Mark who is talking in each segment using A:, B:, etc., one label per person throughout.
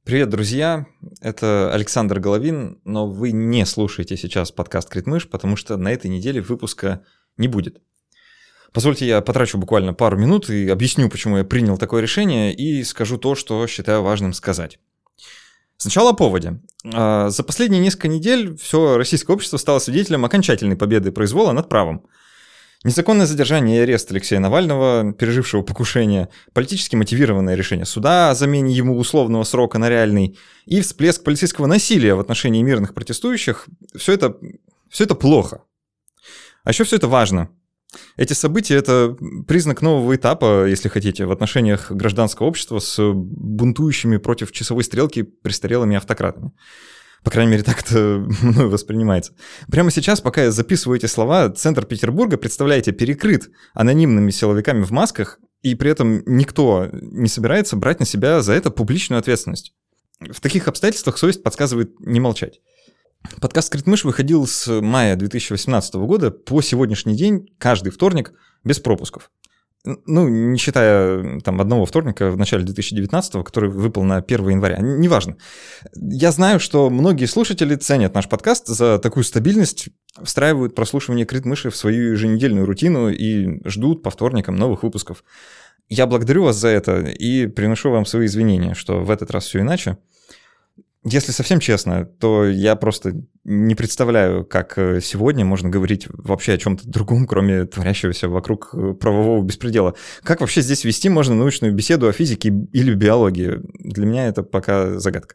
A: Привет, друзья! Это Александр Головин, но вы не слушаете сейчас подкаст «Критмыш», потому что на этой неделе выпуска не будет. Позвольте, я потрачу буквально пару минут и объясню, почему я принял такое решение, и скажу то, что считаю важным сказать. Сначала о поводе. За последние несколько недель все российское общество стало свидетелем окончательной победы произвола над правом. Незаконное задержание и арест Алексея Навального, пережившего покушение, политически мотивированное решение суда о замене ему условного срока на реальный и всплеск полицейского насилия в отношении мирных протестующих – все это плохо. А еще все это важно. Эти события – это признак нового этапа, если хотите, в отношениях гражданского общества с бунтующими против часовой стрелки престарелыми автократами. По крайней мере, так это мною воспринимается. Прямо сейчас, пока я записываю эти слова, центр Петербурга, представляете, перекрыт анонимными силовиками в масках, и при этом никто не собирается брать на себя за это публичную ответственность. В таких обстоятельствах совесть подсказывает не молчать. Подкаст «Критмыш» выходил с мая 2018 года по сегодняшний день каждый вторник без пропусков. Не считая одного вторника в начале 2019, который выпал на 1 января. Неважно. Я знаю, что многие слушатели ценят наш подкаст за такую стабильность, встраивают прослушивание «Критмыши» в свою еженедельную рутину и ждут по вторникам новых выпусков. Я благодарю вас за это и приношу вам свои извинения, что в этот раз все иначе. Если совсем честно, то я просто не представляю, как сегодня можно говорить вообще о чем-то другом, кроме творящегося вокруг правового беспредела. Как вообще здесь вести можно научную беседу о физике или биологии? Для меня это пока загадка.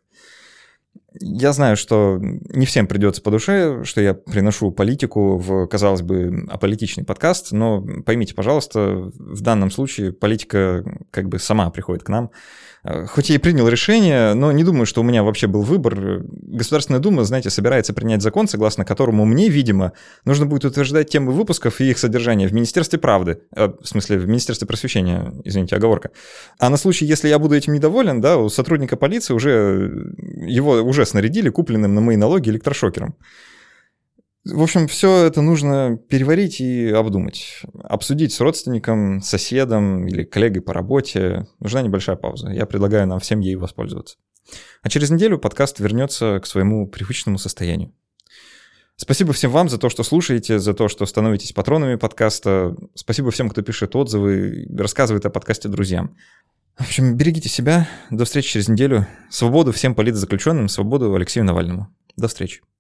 A: Я знаю, что не всем придется по душе, что я приношу политику в, казалось бы, аполитичный подкаст, но поймите, пожалуйста, в данном случае политика как бы сама приходит к нам. Хоть я и принял решение, но не думаю, что у меня вообще был выбор. Государственная Дума, знаете, собирается принять закон, согласно которому мне, видимо, нужно будет утверждать темы выпусков и их содержание в Министерстве правды, в смысле, в Министерстве просвещения, извините, оговорка. А на случай, если я буду этим недоволен, да, у сотрудника полиции его уже снарядили купленным на мои налоги электрошокером. В общем, все это нужно переварить и обдумать. Обсудить с родственником, соседом или коллегой по работе. Нужна небольшая пауза. Я предлагаю нам всем ей воспользоваться. А через неделю подкаст вернется к своему привычному состоянию. Спасибо всем вам за то, что слушаете, за то, что становитесь патронами подкаста. Спасибо всем, кто пишет отзывы, рассказывает о подкасте друзьям. В общем, берегите себя. До встречи через неделю. Свободу всем политзаключенным, свободу Алексею Навальному. До встречи.